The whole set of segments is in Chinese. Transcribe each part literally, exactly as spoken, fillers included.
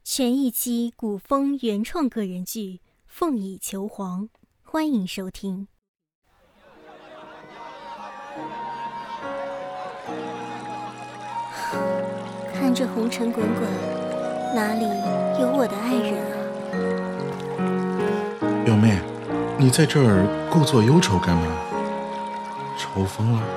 全一期古风原创个人剧《凤倚求凰》，欢迎收听。看着红尘滚滚，哪里有我的爱人啊？表妹，你在这儿故作忧愁干嘛？抽风了？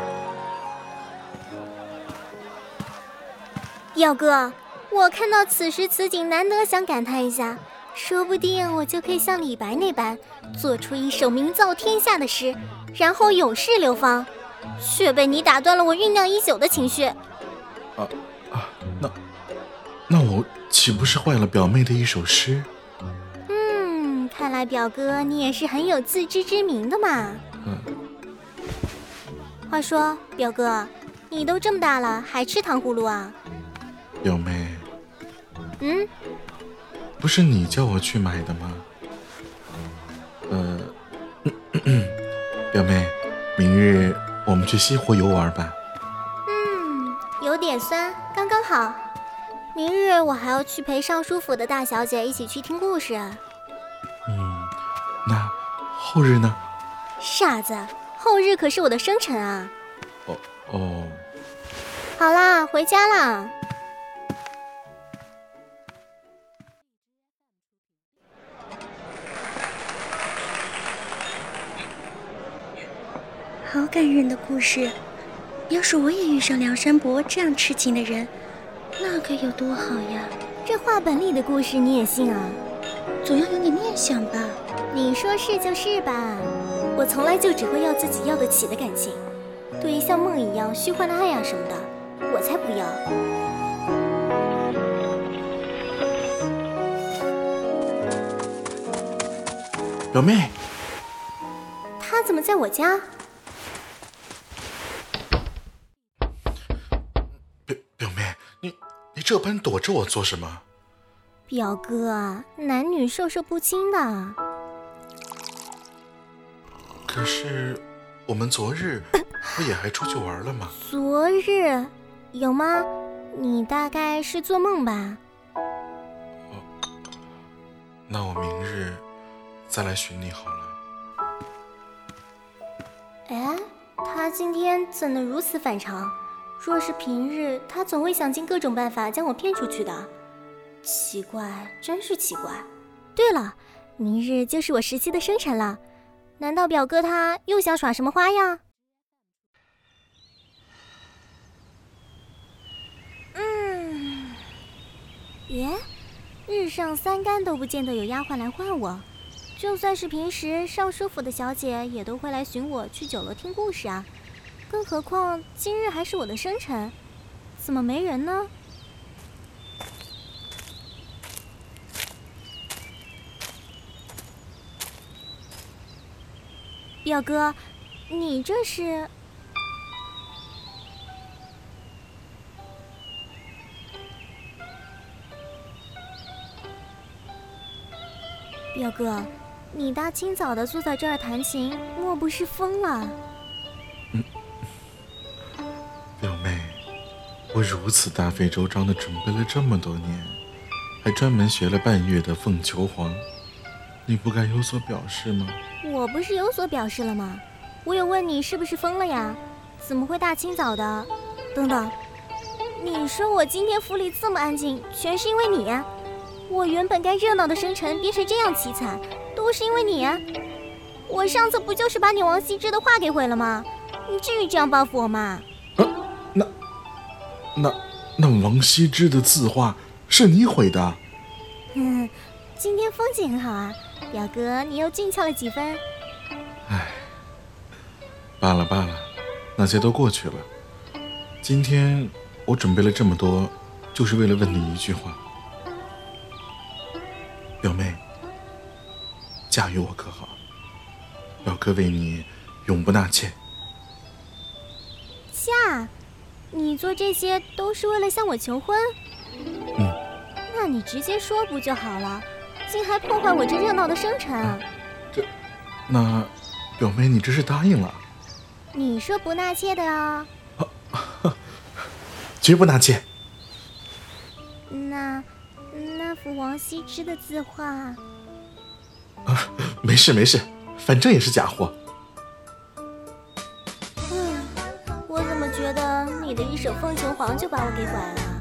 表哥，我看到此时此景，难得想感叹一下，说不定我就可以像李白那般，做出一首名噪天下的诗，然后永世流芳，却被你打断了我酝酿已久的情绪。 啊啊，那那我岂不是坏了表妹的一首诗？ 嗯，看来表哥你也是很有自知之明的嘛。 嗯。 话说，表哥，你都这么大了，还吃糖葫芦啊？ 表妹。 嗯， 不是你叫我去买的吗？呃，咳咳表妹，明日我们去西湖游玩吧。 嗯，有点酸，刚刚好。明日我还要去陪尚书府的大小姐一起去听故事。 嗯，那后日呢？ 傻子，后日可是我的生辰啊。 哦哦。 好啦，回家啦。 好感人的故事，要是我也遇上梁山伯这样痴情的人，那该有多好呀！ 这话本里的故事你也信啊？ 总要有点念想吧。 你说是就是吧。我从来就只会要自己要得起的感情，对于像梦一样虚幻的爱呀、啊、什么的，我才不要。 表妹， 他怎么在我家？ 表表妹，你你这般躲着我做什么？ 表哥，男女授受不亲的。 可是我们昨日不也还出去玩了吗？ 昨日有吗？你大概是做梦吧。 哦，那我明日再来寻你好了。 哎，他今天怎能如此反常？若是平日，他总会想尽各种办法将我骗出去的。奇怪，真是奇怪。对了，明日就是我十七的生辰了，难道表哥他又想耍什么花样？嗯，耶，日上三竿都不见得有丫鬟来唤我，就算是平时尚书府的小姐也都会来寻我去酒楼听故事啊，更何况今日还是我的生辰，怎么没人呢？表哥，你这是？表哥，你大清早的坐在这儿弹琴，莫不是疯了？ 嗯，表妹，我如此大费周章的准备了这么多年，还专门学了半月的凤求凰，你不该有所表示吗？ 我不是有所表示了吗？我有问你是不是疯了呀？怎么会大清早的？等等，你说我今天府里这么安静，全是因为你。我原本该热闹的生辰变成这样凄惨，都是因为你。我上次不就是把你王羲之的画给毁了吗？你至于这样报复我吗？ 啊，那那那王羲之的字画是你毁的？ 嗯，今天风景很好啊，表哥你又俊俏了几分。 唉，罢了罢了，那些都过去了。今天我准备了这么多，就是为了问你一句话。表妹，嫁与我可好？表哥为你永不纳妾。 嫁？你做这些都是为了向我求婚？ 嗯。 那你直接说不就好了？竟还破坏我这热闹的生辰。啊、 这，那表妹你这是答应了？ 你说不纳妾的啊？ 绝不纳妾。 那那幅王羲之的字画。 啊，没事没事，反正也是假货。 嗯，我怎么觉得你的一手风球凰就把我给拐了？